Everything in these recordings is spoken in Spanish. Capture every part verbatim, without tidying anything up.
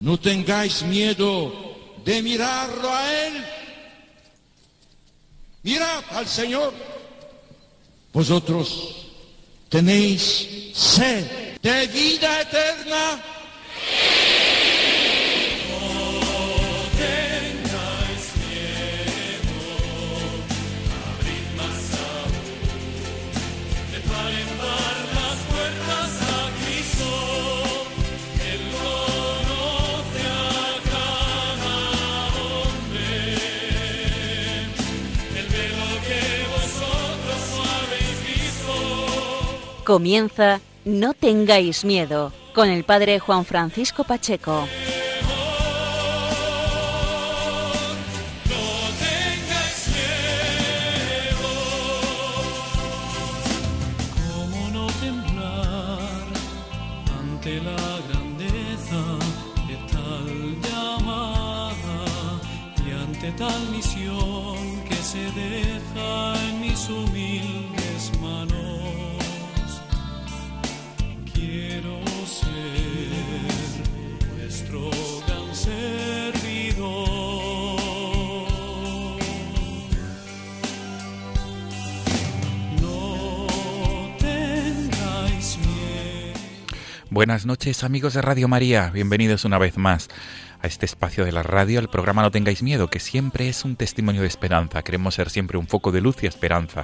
No tengáis miedo de mirarlo a Él. Mirad al Señor. Vosotros tenéis sed de vida eterna. Comienza No tengáis miedo, con el padre Juan Francisco Pacheco. ¿Cómo no temblar ante la grandeza de tal llamada y ante tal misión que se deja en mis humildes manos? Quiero ser vuestro gran servidor. No tengáis miedo. Buenas noches, amigos de Radio María. Bienvenidos una vez más a este espacio de la radio, el programa No tengáis miedo, que siempre es un testimonio de esperanza. Queremos ser siempre un foco de luz y esperanza.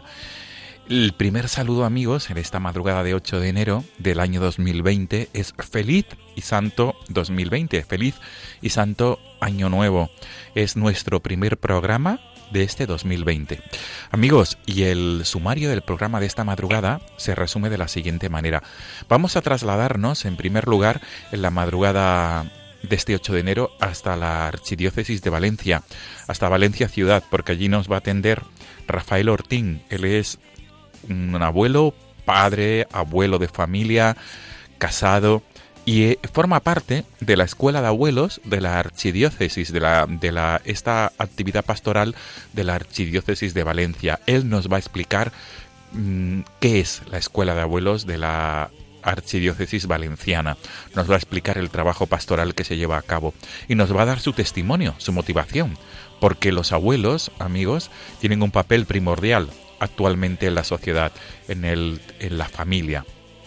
El primer saludo, amigos, en esta madrugada de ocho de enero del año dos mil veinte es Feliz y Santo dos mil veinte. Feliz y Santo Año Nuevo. Es nuestro primer programa de este dos mil veinte. Amigos, y el sumario del programa de esta madrugada se resume de la siguiente manera. Vamos a trasladarnos, en primer lugar, en la madrugada de este ocho de enero hasta la Archidiócesis de Valencia, hasta Valencia ciudad, porque allí nos va a atender Rafael Ortín. Él es un abuelo, padre, abuelo de familia, casado, y forma parte de la escuela de abuelos de la archidiócesis, de la de la esta actividad pastoral de la Archidiócesis de Valencia. Él nos va a explicar mmm, qué es la escuela de abuelos de la Archidiócesis valenciana. Nos va a explicar el trabajo pastoral que se lleva a cabo y nos va a dar su testimonio, su motivación, porque los abuelos, amigos, tienen un papel primordial actualmente en la sociedad, en el en la familia.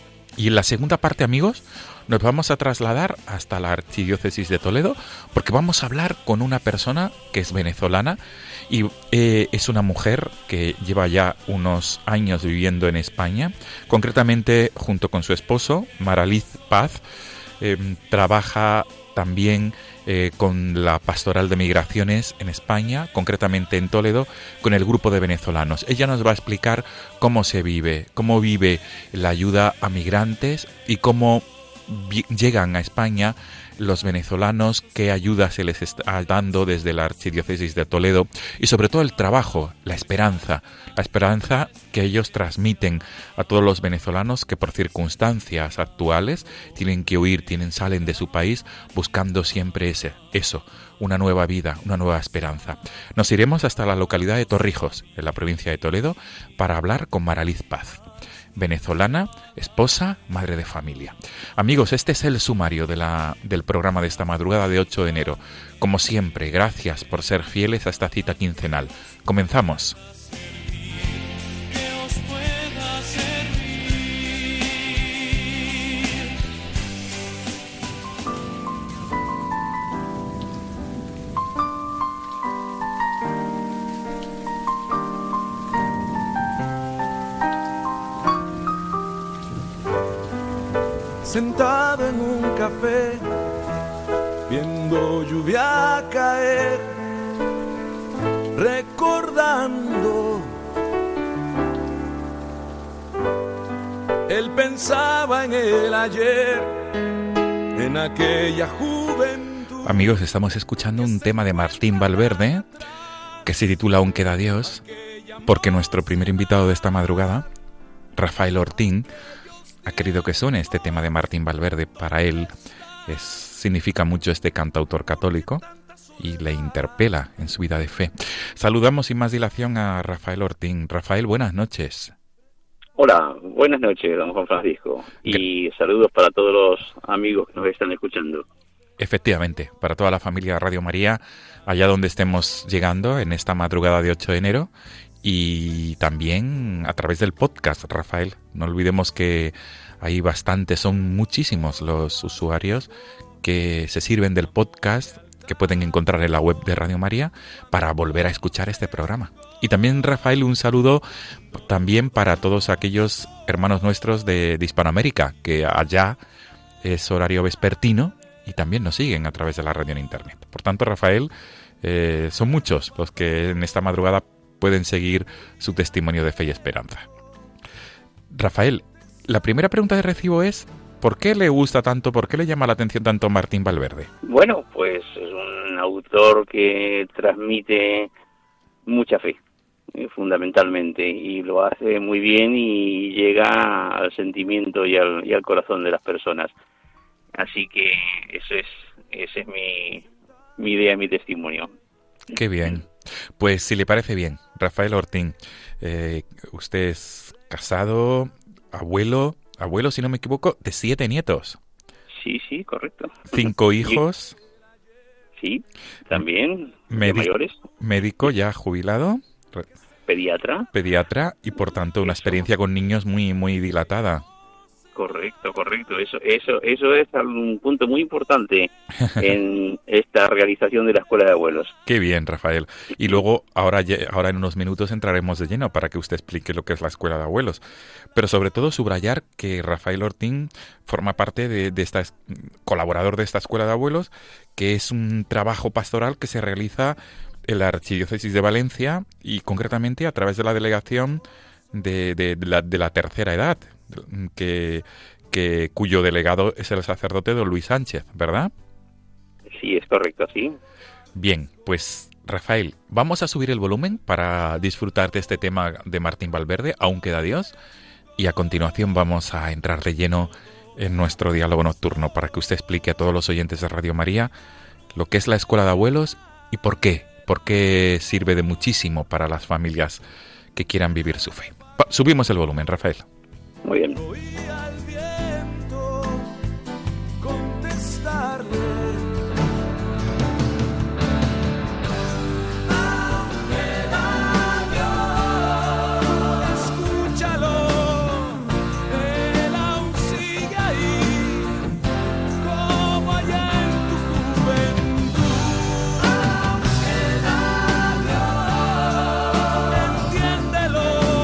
Y en la segunda parte, amigos, nos vamos a trasladar hasta la Archidiócesis de Toledo, porque vamos a hablar con una persona que es venezolana y eh, es una mujer que lleva ya unos años viviendo en España, concretamente junto con su esposo, Maraliz Paz. Eh, trabaja también eh, con la Pastoral de Migraciones en España, concretamente en Toledo, con el grupo de venezolanos. Ella nos va a explicar cómo se vive, cómo vive la ayuda a migrantes y cómo vi- llegan a España los venezolanos, qué ayuda se les está dando desde la Archidiócesis de Toledo y sobre todo el trabajo, la esperanza, la esperanza que ellos transmiten a todos los venezolanos que por circunstancias actuales tienen que huir, tienen, salen de su país buscando siempre ese, eso, una nueva vida, una nueva esperanza. Nos iremos hasta la localidad de Torrijos, en la provincia de Toledo, para hablar con Maraliz Paz, venezolana, esposa, madre de familia. Amigos, este es el sumario de la, del programa de esta madrugada de ocho de enero. Como siempre, gracias por ser fieles a esta cita quincenal. Comenzamos. Sentado en un café, viendo lluvia caer, recordando. Él pensaba en el ayer, en aquella juventud. Amigos, estamos escuchando un tema de Martín Valverde que se titula Aún queda Dios, porque nuestro primer invitado de esta madrugada, Rafael Ortín, ha querido que suene este tema de Martín Valverde. Para él es, significa mucho este cantautor católico y le interpela en su vida de fe. Saludamos sin más dilación a Rafael Ortín. Rafael, buenas noches. Hola, buenas noches, don Juan Francisco, y saludos para todos los amigos que nos están escuchando. Efectivamente, para toda la familia de Radio María, allá donde estemos llegando en esta madrugada de ocho de enero, y también a través del podcast, Rafael. No olvidemos que hay bastantes, son muchísimos los usuarios que se sirven del podcast que pueden encontrar en la web de Radio María para volver a escuchar este programa. Y también, Rafael, un saludo también para todos aquellos hermanos nuestros de, de Hispanoamérica, que allá es horario vespertino y también nos siguen a través de la radio en Internet. Por tanto, Rafael, eh, son muchos los que en esta madrugada pueden seguir su testimonio de fe y esperanza. Rafael, la primera pregunta que recibo es: ¿por qué le gusta tanto, por qué le llama la atención tanto Martín Valverde? Bueno, pues es un autor que transmite mucha fe, eh, fundamentalmente, y lo hace muy bien y llega al sentimiento y al, y al corazón de las personas. Así que eso es, esa es mi, mi idea, mi testimonio. Qué bien. Pues si le parece bien, Rafael Ortín, eh, usted es casado, abuelo, abuelo si no me equivoco, de siete nietos. Sí, sí, correcto. Cinco hijos. Sí, también, Medi- mayores. Médico ya jubilado. Pediatra. Pediatra y por tanto una Eso. experiencia con niños muy, muy dilatada. Correcto, correcto. Eso, eso, eso es un punto muy importante en esta realización de la escuela de abuelos. Qué bien, Rafael. Y luego, ahora, ye- ahora en unos minutos entraremos de lleno para que usted explique lo que es la escuela de abuelos. Pero sobre todo subrayar que Rafael Ortín forma parte de, de esta, es- colaborador de esta escuela de abuelos, que es un trabajo pastoral que se realiza en la Archidiócesis de Valencia y concretamente a través de la delegación de, de, de la, de la tercera edad, que, que cuyo delegado es el sacerdote don Luis Sánchez, ¿verdad? Sí, es correcto, sí. Bien, pues Rafael, vamos a subir el volumen para disfrutar de este tema de Martín Valverde, Aún queda Dios, y a continuación vamos a entrar de lleno en nuestro diálogo nocturno para que usted explique a todos los oyentes de Radio María lo que es la escuela de abuelos y por qué, por qué sirve de muchísimo para las familias que quieran vivir su fe. Pa- subimos el volumen, Rafael. Muy bien. Oía al viento contestarle. Escúchalo, él aún sigue ahí, como allá en tu juventud. Entiéndelo,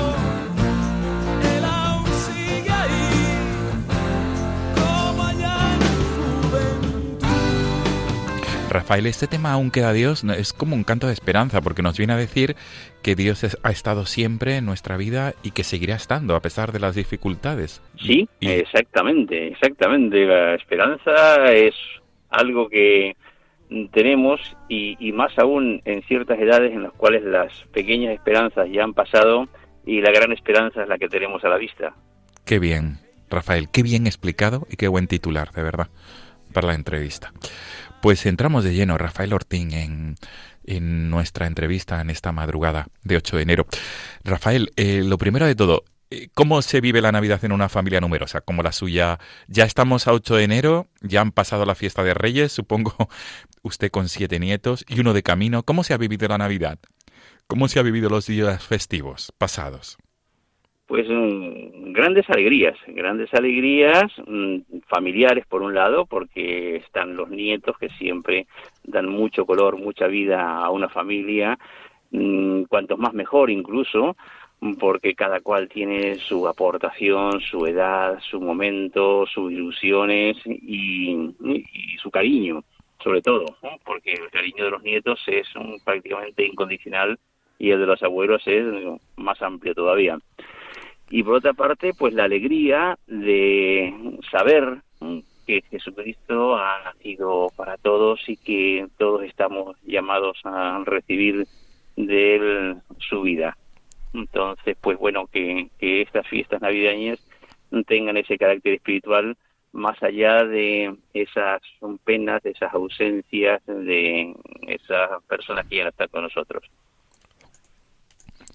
él aún sigue ahí, como allá en tu juventud. Rafael, este tema Aún queda Dios no- es como un canto de esperanza porque nos viene a decir que Dios es- ha estado siempre en nuestra vida y que seguirá estando a pesar de las dificultades. Sí, Y- exactamente, exactamente. La esperanza es algo que tenemos y, y más aún en ciertas edades en las cuales las pequeñas esperanzas ya han pasado y la gran esperanza es la que tenemos a la vista. Qué bien, Rafael, qué bien explicado y qué buen titular, de verdad, para la entrevista. Pues entramos de lleno, Rafael Ortín, en, en nuestra entrevista en esta madrugada de ocho de enero. Rafael, eh, lo primero de todo, eh, ¿cómo se vive la Navidad en una familia numerosa como la suya? Ya estamos a ocho de enero, ya han pasado la fiesta de Reyes, supongo usted con siete nietos y uno de camino. ¿Cómo se ha vivido la Navidad? ¿Cómo se ha vivido los días festivos pasados? Pues mm, grandes alegrías, grandes alegrías mm, familiares por un lado, porque están los nietos que siempre dan mucho color, mucha vida a una familia, mm, cuantos más mejor incluso, mm, porque cada cual tiene su aportación, su edad, su momento, sus ilusiones y, y su cariño, sobre todo, ¿no? Porque el cariño de los nietos es mm, prácticamente incondicional y el de los abuelos es mm, más amplio todavía. Y por otra parte, pues la alegría de saber que Jesucristo ha nacido para todos y que todos estamos llamados a recibir de Él su vida. Entonces, pues bueno, que, que estas fiestas navideñas tengan ese carácter espiritual más allá de esas penas, de esas ausencias, de esas personas que ya no están con nosotros.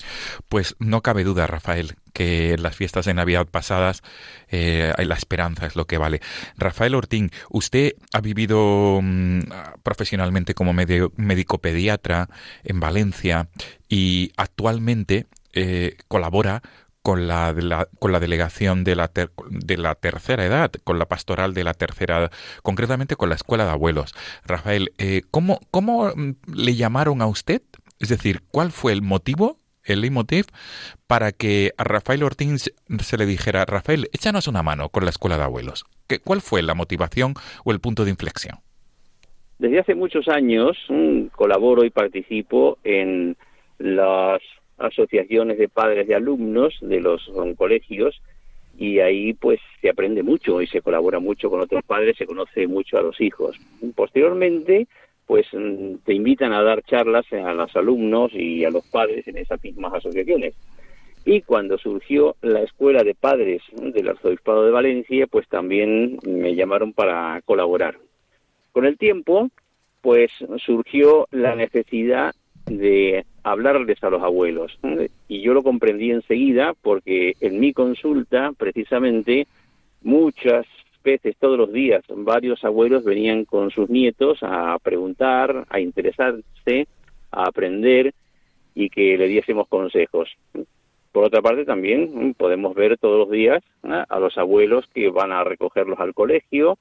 Pues no cabe duda, Rafael, que en las fiestas de Navidad pasadas eh, la esperanza es lo que vale. Rafael Ortín, usted ha vivido mmm, profesionalmente como medio, médico pediatra en Valencia y actualmente eh, colabora con la, de la con la delegación de la ter, de la tercera edad, con la pastoral de la tercera edad, concretamente con la escuela de abuelos. Rafael, eh, ¿cómo, cómo le llamaron a usted? Es decir, ¿cuál fue el motivo, el leitmotiv, para que a Rafael Ortín se le dijera, Rafael, échanos una mano con la escuela de abuelos? ¿Qué, ¿Cuál fue la motivación o el punto de inflexión? Desde hace muchos años mmm, colaboro y participo en las asociaciones de padres de alumnos de los colegios, y ahí pues se aprende mucho y se colabora mucho con otros padres, se conoce mucho a los hijos. Posteriormente pues te invitan a dar charlas a los alumnos y a los padres en esas mismas asociaciones. Y cuando surgió la escuela de padres del Arzobispado de Valencia, pues también me llamaron para colaborar. Con el tiempo pues surgió la necesidad de hablarles a los abuelos, ¿eh? Y yo lo comprendí enseguida porque en mi consulta, precisamente, muchas veces, todos los días, varios abuelos venían con sus nietos a preguntar, a interesarse, a aprender y que le diésemos consejos. Por otra parte, también podemos ver todos los días, ¿eh?, a los abuelos que van a recogerlos al colegio,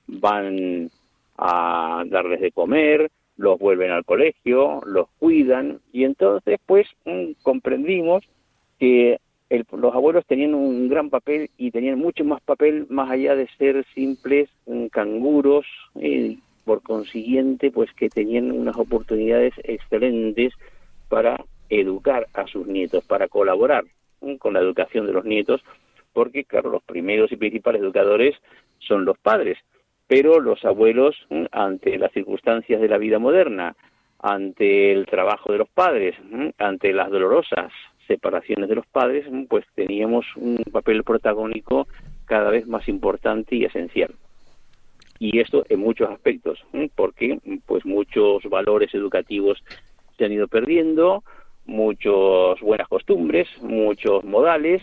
van a darles de comer, los vuelven al colegio, los cuidan, y entonces pues mmm, comprendimos que el, los abuelos tenían un gran papel y tenían mucho más papel más allá de ser simples mmm, canguros, eh, por consiguiente pues que tenían unas oportunidades excelentes para educar a sus nietos, para colaborar mmm, con la educación de los nietos, porque claro, los primeros y principales educadores son los padres. Pero los abuelos, ante las circunstancias de la vida moderna, ante el trabajo de los padres, ante las dolorosas separaciones de los padres, pues teníamos un papel protagónico cada vez más importante y esencial. Y esto en muchos aspectos, porque pues muchos valores educativos se han ido perdiendo, muchas buenas costumbres, muchos modales,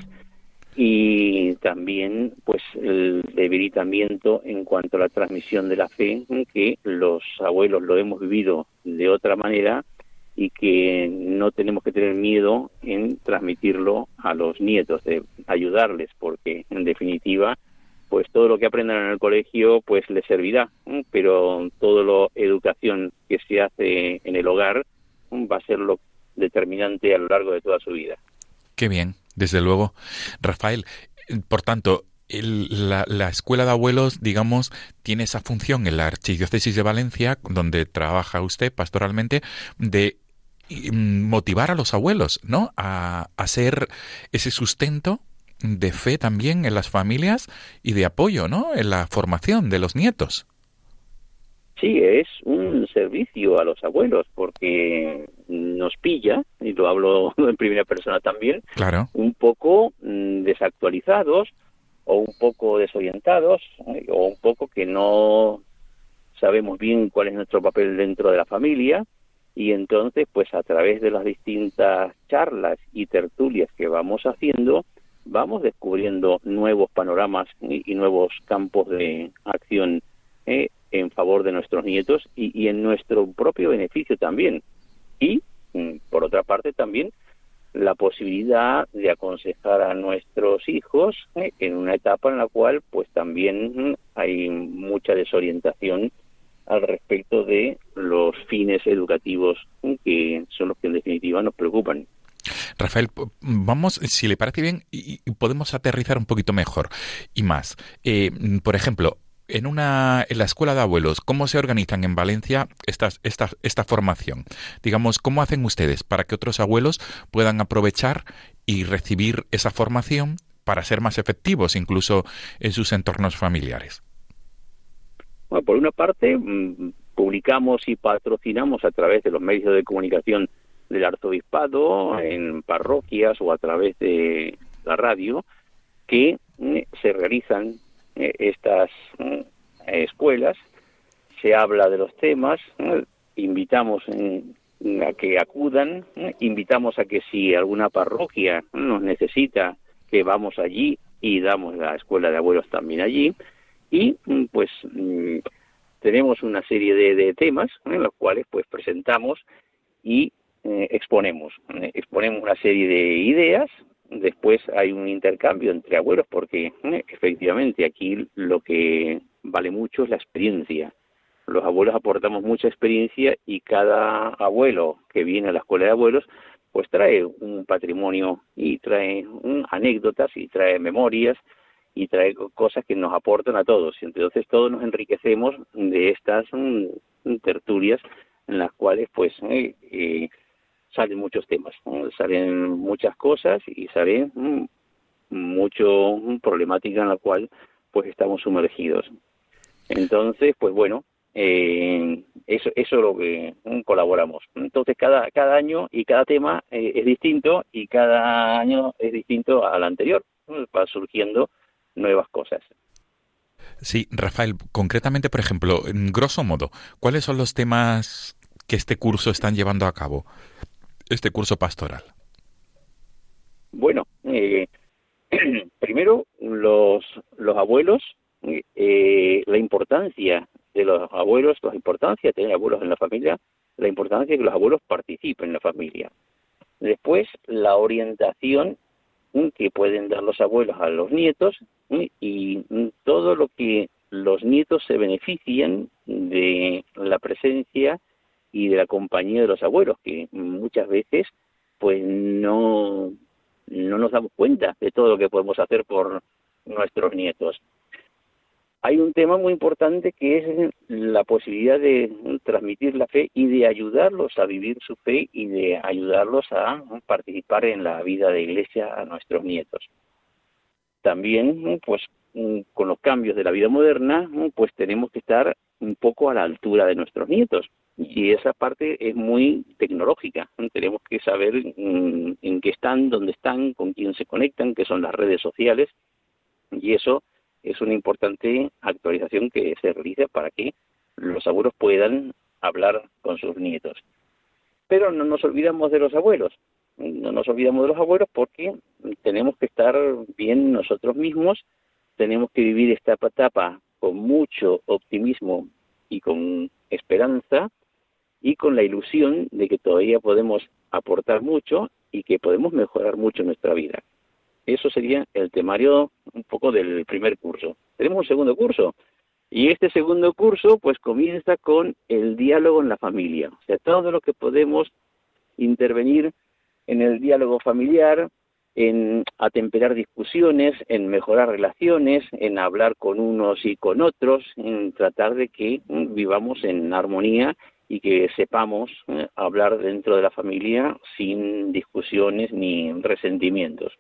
y también pues el debilitamiento en cuanto a la transmisión de la fe, que los abuelos lo hemos vivido de otra manera y que no tenemos que tener miedo en transmitirlo a los nietos, de ayudarles, porque en definitiva pues todo lo que aprendan en el colegio pues les servirá, pero toda la educación que se hace en el hogar va a ser lo determinante a lo largo de toda su vida. Qué bien. Desde luego. Rafael, por tanto, el, la, la escuela de abuelos, digamos, tiene esa función en la Archidiócesis de Valencia, donde trabaja usted pastoralmente, de motivar a los abuelos, ¿no?, a, a ser ese sustento de fe también en las familias y de apoyo, ¿no?, en la formación de los nietos. Sí, es un servicio a los abuelos, porque nos pilla, y lo hablo en primera persona también, claro, un poco mmm, desactualizados o un poco desorientados, ¿eh?, o un poco que no sabemos bien cuál es nuestro papel dentro de la familia, y entonces pues a través de las distintas charlas y tertulias que vamos haciendo, vamos descubriendo nuevos panoramas y, y nuevos campos de acción, ¿eh?, en favor de nuestros nietos y, y en nuestro propio beneficio también. Y, por otra parte, también la posibilidad de aconsejar a nuestros hijos eh, en una etapa en la cual pues también hay mucha desorientación al respecto de los fines educativos eh, que son los que en definitiva nos preocupan. Rafael, vamos, si le parece bien, y, y podemos aterrizar un poquito mejor y más. Eh, por ejemplo, En una en la escuela de abuelos, ¿cómo se organizan en Valencia estas, esta, esta formación? Digamos, ¿cómo hacen ustedes para que otros abuelos puedan aprovechar y recibir esa formación para ser más efectivos incluso en sus entornos familiares? Bueno, por una parte, publicamos y patrocinamos a través de los medios de comunicación del Arzobispado, en parroquias o a través de la radio, que se realizan estas escuelas, se habla de los temas, invitamos en a que acudan, ¿eh? Invitamos a que si alguna parroquia nos necesita, que vamos allí y damos la escuela de abuelos también allí, y pues tenemos una serie de, de temas, ¿eh? En los cuales pues presentamos y eh, exponemos, eh, exponemos una serie de ideas. Después hay un intercambio entre abuelos porque eh, efectivamente aquí lo que vale mucho es la experiencia. Los abuelos aportamos mucha experiencia y cada abuelo que viene a la escuela de abuelos pues trae un patrimonio y trae um, anécdotas y trae memorias y trae cosas que nos aportan a todos. Y entonces todos nos enriquecemos de estas um, tertulias en las cuales pues eh, eh, salen muchos temas, ¿no? Salen muchas cosas y sale um, mucho um, problemática en la cual pues estamos sumergidos. Entonces, pues bueno, eh, eso eso es lo que um, colaboramos. Entonces cada cada año y cada tema eh, es distinto y cada año es distinto al anterior, ¿no? Va surgiendo nuevas cosas. Sí, Rafael, concretamente, por ejemplo, en grosso modo, ¿cuáles son los temas que este curso están llevando a cabo? Este curso pastoral. Bueno, eh, primero los los abuelos, eh, la importancia de los abuelos, la importancia de tener abuelos en la familia, la importancia de que los abuelos participen en la familia. Después, la orientación que pueden dar los abuelos a los nietos y todo lo que los nietos se benefician de la presencia y de la compañía de los abuelos, que muchas veces pues no, no nos damos cuenta de todo lo que podemos hacer por nuestros nietos. Hay un tema muy importante que es la posibilidad de transmitir la fe y de ayudarlos a vivir su fe y de ayudarlos a participar en la vida de iglesia a nuestros nietos. También, pues, con los cambios de la vida moderna, pues tenemos que estar un poco a la altura de nuestros nietos. Y esa parte es muy tecnológica. Tenemos que saber en qué están, dónde están, con quién se conectan, qué son las redes sociales. Y eso es una importante actualización que se realiza para que los abuelos puedan hablar con sus nietos. Pero no nos olvidamos de los abuelos. No nos olvidamos de los abuelos porque tenemos que estar bien nosotros mismos, tenemos que vivir esta etapa con mucho optimismo y con esperanza y con la ilusión de que todavía podemos aportar mucho y que podemos mejorar mucho nuestra vida. Eso sería el temario un poco del primer curso. Tenemos un segundo curso y este segundo curso pues comienza con el diálogo en la familia. O sea, todo lo que podemos intervenir en el diálogo familiar, en atemperar discusiones, en mejorar relaciones, en hablar con unos y con otros, en tratar de que vivamos en armonía y que sepamos eh, hablar dentro de la familia sin discusiones ni resentimientos.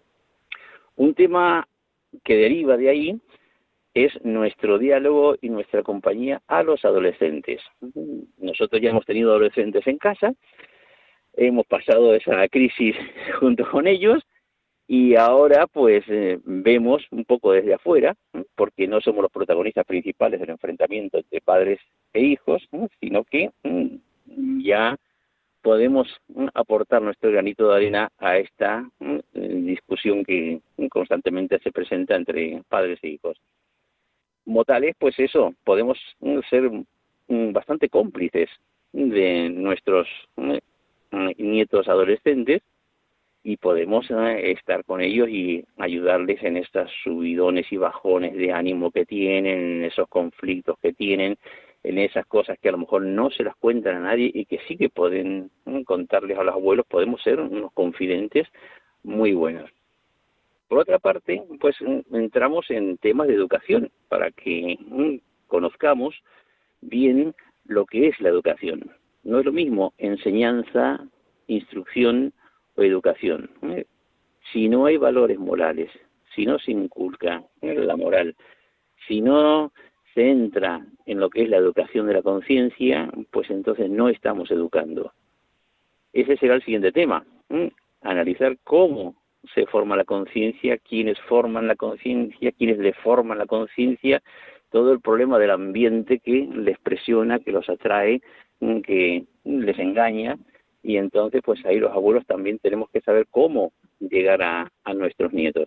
Un tema que deriva de ahí es nuestro diálogo y nuestra compañía a los adolescentes. Nosotros ya hemos tenido adolescentes en casa, hemos pasado esa crisis junto con ellos y ahora pues eh, vemos un poco desde afuera, ¿eh? Porque no somos los protagonistas principales del enfrentamiento entre padres e hijos, ¿eh? Sino que eh, ya podemos eh, aportar nuestro granito de arena a esta eh, discusión que eh, constantemente se presenta entre padres e hijos. Como tales, pues eso, podemos eh, ser eh, bastante cómplices de nuestros eh, nietos adolescentes y podemos eh, estar con ellos y ayudarles en estos subidones y bajones de ánimo que tienen, en esos conflictos que tienen, en esas cosas que a lo mejor no se las cuentan a nadie y que sí que pueden eh, contarles a los abuelos. Podemos ser unos confidentes muy buenos. Por otra parte, pues entramos en temas de educación para que eh, conozcamos bien lo que es la educación. No es lo mismo enseñanza, instrucción o educación. ¿eh? Si no hay valores morales, si no se inculca ¿eh? la moral, si no se entra en lo que es la educación de la conciencia, pues entonces no estamos educando. Ese será el siguiente tema, ¿eh? Analizar cómo se forma la conciencia, quiénes forman la conciencia, quiénes le forman la conciencia, todo el problema del ambiente que les presiona, que los atrae, que les engaña, y entonces pues ahí los abuelos también tenemos que saber cómo llegar a, a nuestros nietos.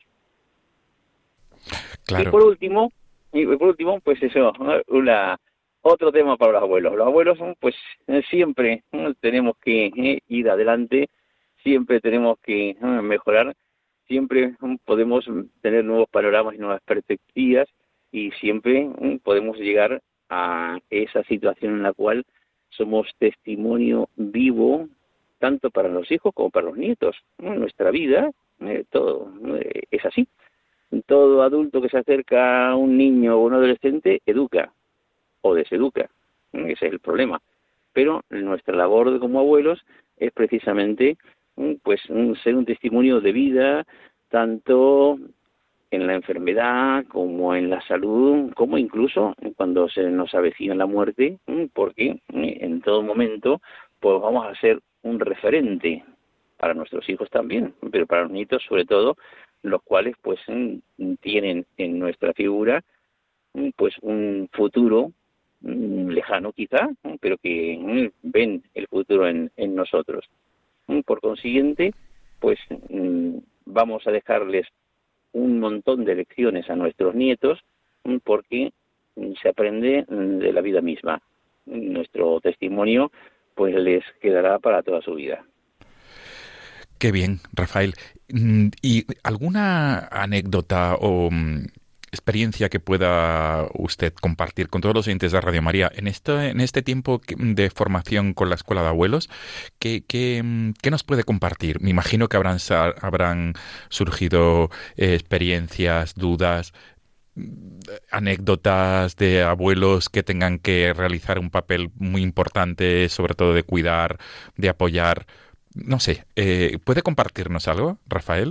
Claro. Y por último, y por último, pues eso, una, otro tema para los abuelos. Los abuelos, pues siempre tenemos que eh, ir adelante, siempre tenemos que eh, mejorar, siempre podemos tener nuevos panoramas y nuevas perspectivas, y siempre eh, podemos llegar a esa situación en la cual somos testimonio vivo tanto para los hijos como para los nietos. En nuestra vida eh, todo eh, es así. Todo adulto que se acerca a un niño o un adolescente educa o deseduca. Ese es el problema. Pero nuestra labor como abuelos es precisamente pues ser un testimonio de vida, tanto en la enfermedad como en la salud, como incluso cuando se nos avecina la muerte, porque en todo momento pues vamos a ser un referente para nuestros hijos también, pero para los nietos sobre todo, los cuales pues tienen en nuestra figura pues un futuro lejano quizá, pero que ven el futuro en, en nosotros. Por consiguiente, pues vamos a dejarles un montón de lecciones a nuestros nietos, porque se aprende de la vida misma. Nuestro testimonio pues les quedará para toda su vida. Qué bien, Rafael. ¿Y alguna anécdota o experiencia que pueda usted compartir con todos los oyentes de Radio María en este, en este tiempo de formación con la Escuela de Abuelos? ¿Qué, qué, qué nos puede compartir? Me imagino que habrán, habrán surgido eh, experiencias, dudas, anécdotas de abuelos que tengan que realizar un papel muy importante, sobre todo de cuidar, de apoyar. No sé, eh, ¿puede compartirnos algo, Rafael?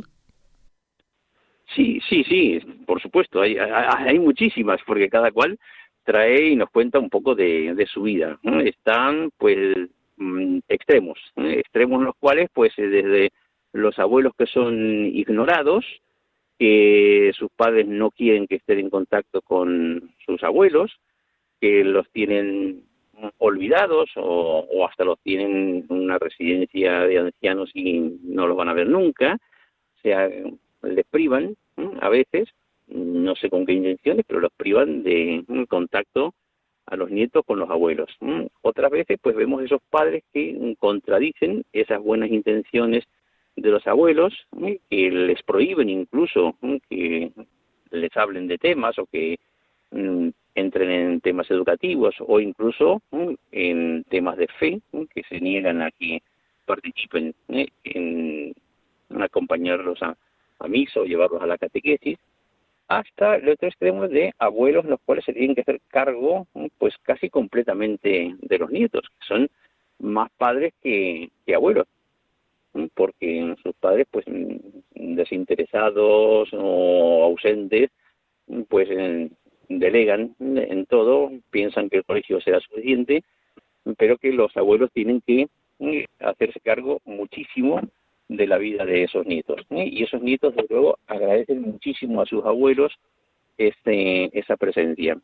Sí, sí, sí, por supuesto, hay, hay, hay muchísimas, porque cada cual trae y nos cuenta un poco de, de su vida, ¿no? Están, pues, extremos, ¿no? Extremos en los cuales, pues, desde los abuelos que son ignorados, que sus padres no quieren que estén en contacto con sus abuelos, que los tienen olvidados o, o hasta los tienen en una residencia de ancianos y no los van a ver nunca, o sea, les privan ¿eh? a veces, no sé con qué intenciones, pero los privan de un contacto a los nietos con los abuelos. ¿eh? Otras veces pues vemos esos padres que contradicen esas buenas intenciones de los abuelos, ¿eh? que les prohíben incluso ¿eh? que les hablen de temas o que mm, entren en temas educativos o incluso ¿eh? en temas de fe, ¿eh? que se niegan a que participen ¿eh? en, en acompañarlos a a misa o llevarlos a la catequesis, hasta el otro extremo de abuelos los cuales se tienen que hacer cargo pues casi completamente de los nietos, que son más padres que, que abuelos, porque sus padres pues desinteresados o ausentes pues delegan en todo, piensan que el colegio será suficiente, pero que los abuelos tienen que hacerse cargo muchísimo de la vida de esos nietos, ¿eh? Y esos nietos, desde luego, agradecen muchísimo a sus abuelos este esa presencia.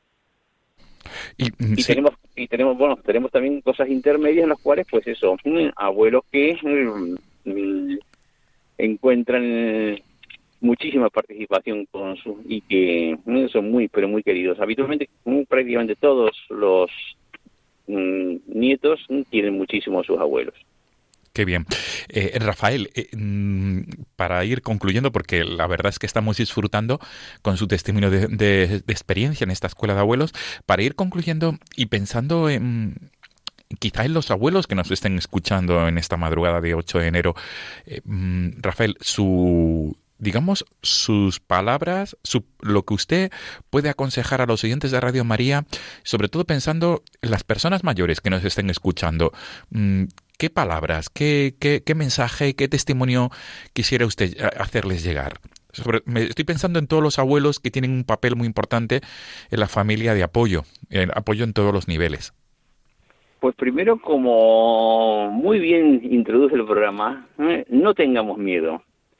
Y, y sí. tenemos y tenemos bueno tenemos también cosas intermedias en las cuales, pues eso, ¿eh? abuelos que eh, encuentran muchísima participación con sus y que eh, son muy pero muy queridos. Habitualmente, eh, prácticamente todos los eh, nietos eh, tienen muchísimo a sus abuelos. Qué bien. Eh, Rafael, eh, para ir concluyendo, porque la verdad es que estamos disfrutando con su testimonio de, de, de experiencia en esta escuela de abuelos, para ir concluyendo y pensando en quizá en los abuelos que nos estén escuchando en esta madrugada de ocho de enero, eh, Rafael, su... digamos, sus palabras, su, lo que usted puede aconsejar a los oyentes de Radio María, sobre todo pensando en las personas mayores que nos estén escuchando. ¿Qué palabras, qué, qué, qué mensaje, qué testimonio quisiera usted hacerles llegar? Sobre, me estoy pensando en todos los abuelos que tienen un papel muy importante en la familia de apoyo, en apoyo en todos los niveles. Pues primero, como muy bien introduce el programa, ¿eh? no tengamos miedo.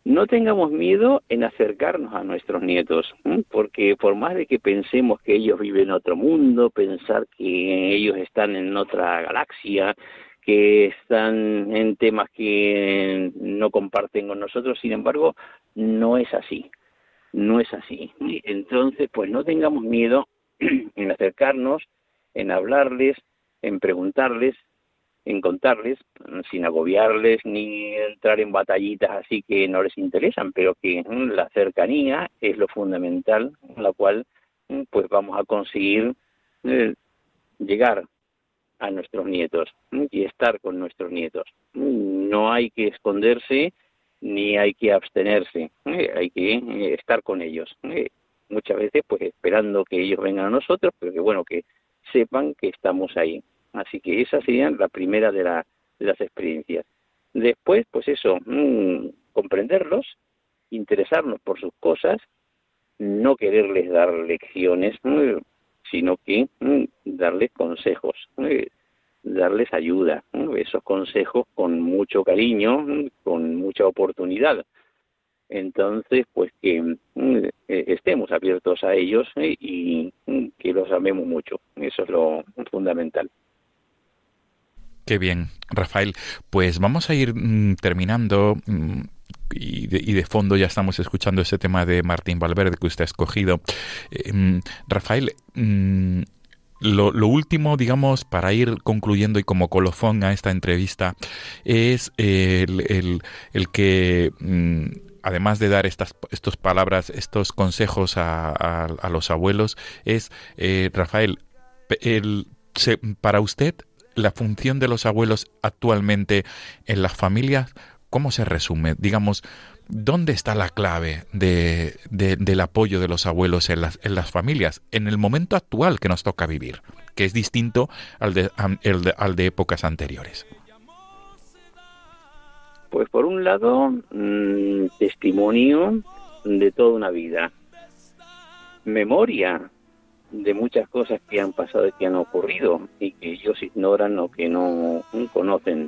no tengamos miedo en acercarnos a nuestros nietos, ¿m? Porque por más de que pensemos que ellos viven en otro mundo, pensar que ellos están en otra galaxia, que están en temas que no comparten con nosotros, sin embargo, no es así, no es así. Entonces, pues no tengamos miedo en acercarnos, en hablarles, en preguntarles, en contarles, sin agobiarles ni entrar en batallitas así que no les interesan, pero que mm, la cercanía es lo fundamental, con la cual mm, pues vamos a conseguir eh, llegar a nuestros nietos mm, y estar con nuestros nietos. Mm, No hay que esconderse ni hay que abstenerse, eh, hay que eh, estar con ellos. Eh, muchas veces pues esperando que ellos vengan a nosotros, pero que bueno, que sepan que estamos ahí. Así que esa sería la primera de, la, de las experiencias. Después, pues eso, mmm, comprenderlos, interesarnos por sus cosas, no quererles dar lecciones, mmm, sino que mmm, darles consejos, mmm, darles ayuda, mmm, esos consejos con mucho cariño, mmm, con mucha oportunidad. Entonces, pues que mmm, estemos abiertos a ellos eh, y mmm, que los amemos mucho. Eso es lo fundamental. Qué bien, Rafael. Pues vamos a ir mm, terminando mm, y, de, y de fondo ya estamos escuchando ese tema de Martín Valverde que usted ha escogido. Eh, mm, Rafael, mm, lo, lo último, digamos, para ir concluyendo y como colofón a esta entrevista es eh, el, el, el que... Mm, además de dar estas estos palabras, estos consejos a, a, a los abuelos, es, eh, Rafael, el, se, para usted, la función de los abuelos actualmente en las familias, ¿cómo se resume? Digamos, ¿dónde está la clave de, de, del apoyo de los abuelos en las, en las familias en el momento actual que nos toca vivir, que es distinto al de, al de, al de épocas anteriores? Pues por un lado, mmm, testimonio de toda una vida, memoria de muchas cosas que han pasado y que han ocurrido y que ellos ignoran o que no mmm, conocen,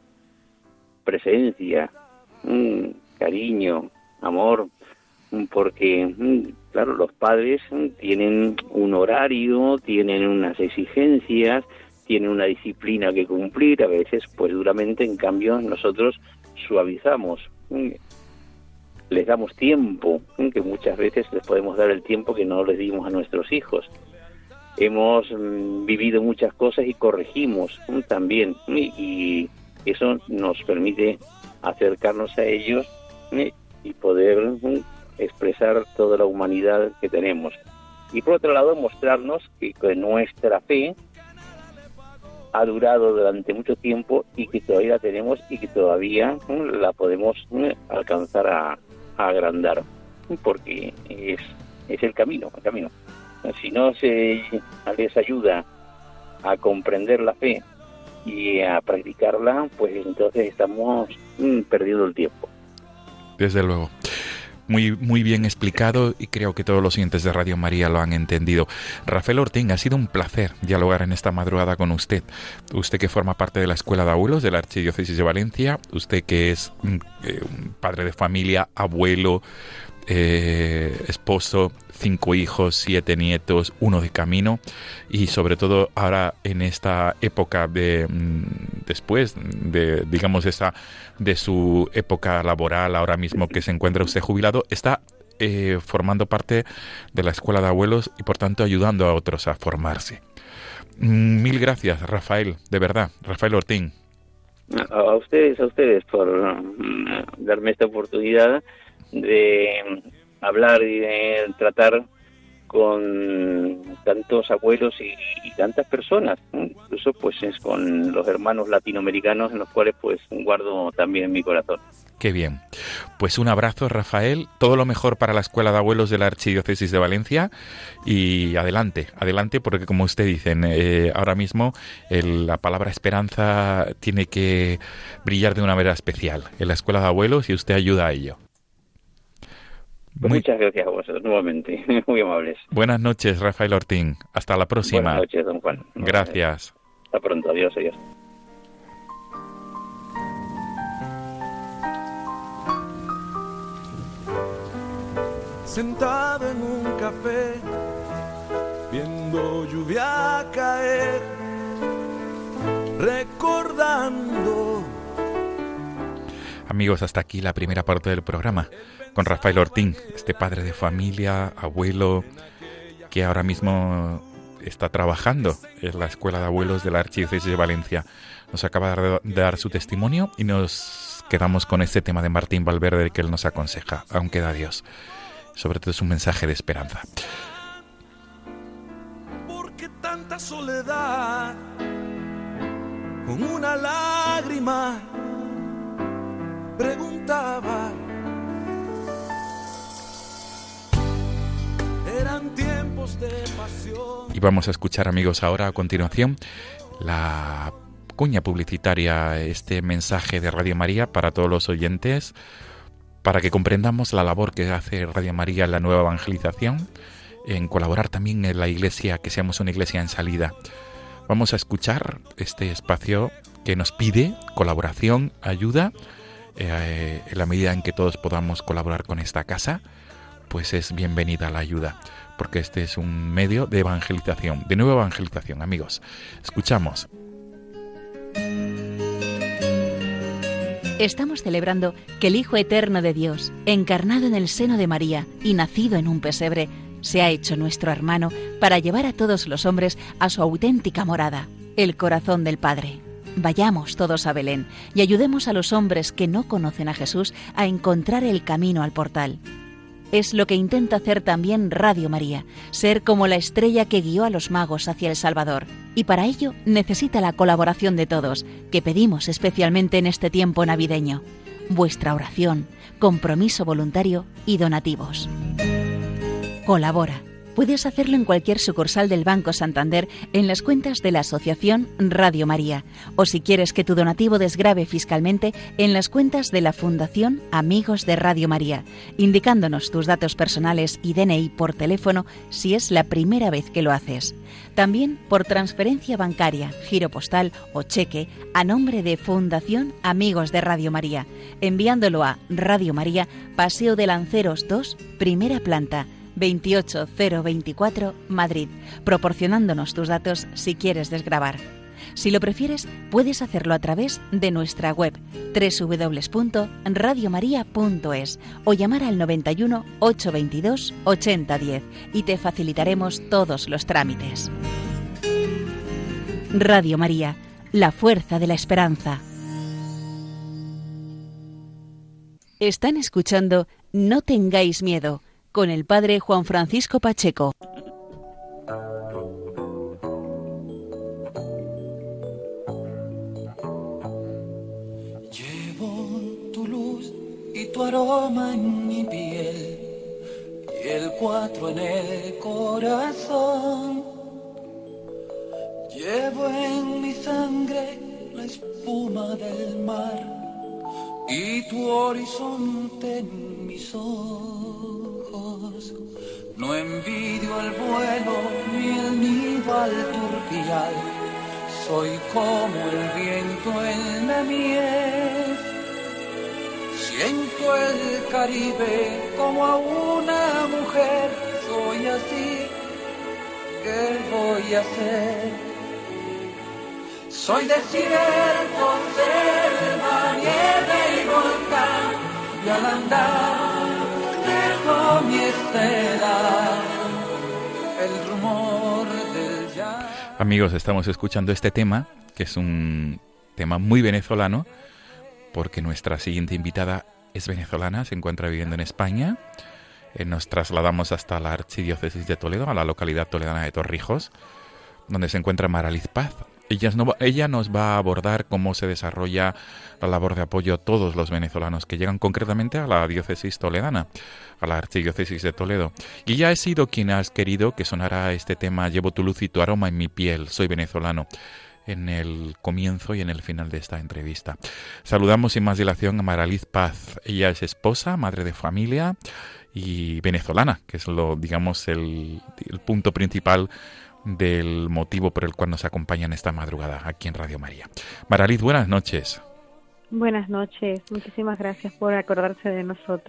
presencia, mmm, cariño, amor, mmm, porque, mmm, claro, los padres mmm, tienen un horario, tienen unas exigencias, tienen una disciplina que cumplir, a veces pues duramente, en cambio nosotros suavizamos, les damos tiempo, que muchas veces les podemos dar el tiempo que no les dimos a nuestros hijos. Hemos vivido muchas cosas y corregimos también, y eso nos permite acercarnos a ellos y poder expresar toda la humanidad que tenemos. Y por otro lado, mostrarnos que, que nuestra fe ha durado durante mucho tiempo y que todavía la tenemos y que todavía ¿no? la podemos ¿no? alcanzar a, a agrandar, porque es, es el camino, el camino. Si no se les ayuda a comprender la fe y a practicarla, pues entonces estamos mm, perdiendo el tiempo. Desde luego. Muy, muy bien explicado y creo que todos los oyentes de Radio María lo han entendido. Rafael Ortín, ha sido un placer dialogar en esta madrugada con usted. Usted que forma parte de la Escuela de Abuelos de la Archidiócesis de Valencia, usted que es eh, un padre de familia, abuelo, eh, esposo, cinco hijos, siete nietos, uno de camino y sobre todo ahora en esta época de después de digamos esa de su época laboral, ahora mismo que se encuentra usted jubilado, está eh, formando parte de la Escuela de Abuelos y por tanto ayudando a otros a formarse. Mil gracias, Rafael, de verdad, Rafael Ortín. A ustedes, a ustedes por um, darme esta oportunidad de hablar y de tratar con tantos abuelos y, y tantas personas, ¿no? Incluso pues es con los hermanos latinoamericanos en los cuales pues guardo también en mi corazón. Qué bien. Pues un abrazo, Rafael, todo lo mejor para la Escuela de Abuelos de la Archidiócesis de Valencia y adelante, adelante porque como usted dice, eh, ahora mismo el, la palabra esperanza tiene que brillar de una manera especial en la Escuela de Abuelos y usted ayuda a ello. Pues Muy... Muchas gracias a vosotros nuevamente, muy amables. Buenas noches, Rafael Ortín. Hasta la próxima. Buenas noches, don Juan. Gracias. Hasta pronto, adiós, adiós. sentado en un café, viendo lluvia caer, recordando. Amigos, hasta aquí la primera parte del programa con Rafael Ortín, este padre de familia, abuelo, que ahora mismo está trabajando en la Escuela de Abuelos de la Archidiócesis de Valencia. Nos acaba de dar su testimonio y nos quedamos con este tema de Martín Valverde que él nos aconseja, aún queda Dios. Sobre todo es un mensaje de esperanza. ¿Por qué tanta soledad? Con una lágrima preguntaba. Eran tiempos de pasión. Y vamos a escuchar, amigos, ahora a continuación la cuña publicitaria, este mensaje de Radio María para todos los oyentes, para que comprendamos la labor que hace Radio María en la nueva evangelización, en colaborar también en la Iglesia, que seamos una Iglesia en salida. Vamos a escuchar este espacio que nos pide colaboración, ayuda, eh, en la medida en que todos podamos colaborar con esta casa, pues es bienvenida la ayuda, porque este es un medio de evangelización, de nueva evangelización, amigos. Escuchamos. Estamos celebrando que el Hijo Eterno de Dios, encarnado en el seno de María y nacido en un pesebre, se ha hecho nuestro hermano para llevar a todos los hombres a su auténtica morada, el corazón del Padre. Vayamos todos a Belén y ayudemos a los hombres que no conocen a Jesús a encontrar el camino al portal. Es lo que intenta hacer también Radio María, ser como la estrella que guió a los magos hacia el Salvador. Y para ello necesita la colaboración de todos, que pedimos especialmente en este tiempo navideño. Vuestra oración, compromiso voluntario y donativos. Colabora. Puedes hacerlo en cualquier sucursal del Banco Santander en las cuentas de la Asociación Radio María, o si quieres que tu donativo desgrave fiscalmente, en las cuentas de la Fundación Amigos de Radio María, indicándonos tus datos personales y D N I por teléfono si es la primera vez que lo haces. También por transferencia bancaria, giro postal o cheque a nombre de Fundación Amigos de Radio María, enviándolo a Radio María, Paseo de Lanceros dos, primera planta, veintiocho cero veinticuatro, Madrid, proporcionándonos tus datos si quieres desgravar. Si lo prefieres, puedes hacerlo a través de nuestra web doble u doble u doble u punto radio maría punto es o llamar al noventa y uno, ochocientos veintidós, ochenta diez y te facilitaremos todos los trámites. Radio María, la fuerza de la esperanza. Están escuchando No tengáis miedo, con el padre Juan Francisco Pacheco. Llevo tu luz y tu aroma en mi piel y el cuatro en el corazón. Llevo en mi sangre la espuma del mar y tu horizonte en mis ojos. No envidio el vuelo ni el nido al turpial, soy como el viento en la miel. Siento el Caribe como a una mujer, soy así, ¿qué voy a hacer? Soy desierto, selva, nieve y volcán, y al andar dejo mi estela, el rumor del llanto. Amigos, estamos escuchando este tema, que es un tema muy venezolano, porque nuestra siguiente invitada es venezolana, se encuentra viviendo en España. Eh, nos trasladamos hasta la Archidiócesis de Toledo, a la localidad toledana de Torrijos, donde se encuentra Maraliz Paz. Ella, no, ella nos va a abordar cómo se desarrolla la labor de apoyo a todos los venezolanos que llegan concretamente a la diócesis toledana, a la Archidiócesis de Toledo. Y ya he sido quien has querido que sonara este tema Llevo tu luz y tu aroma en mi piel, soy venezolano, en el comienzo y en el final de esta entrevista. Saludamos sin más dilación a Maraliz Paz. Ella es esposa, madre de familia y venezolana, que es lo, digamos, el, el punto principal del motivo por el cual nos acompañan esta madrugada aquí en Radio María. Maraliz, buenas noches. Buenas noches, muchísimas gracias por acordarse de nosotros.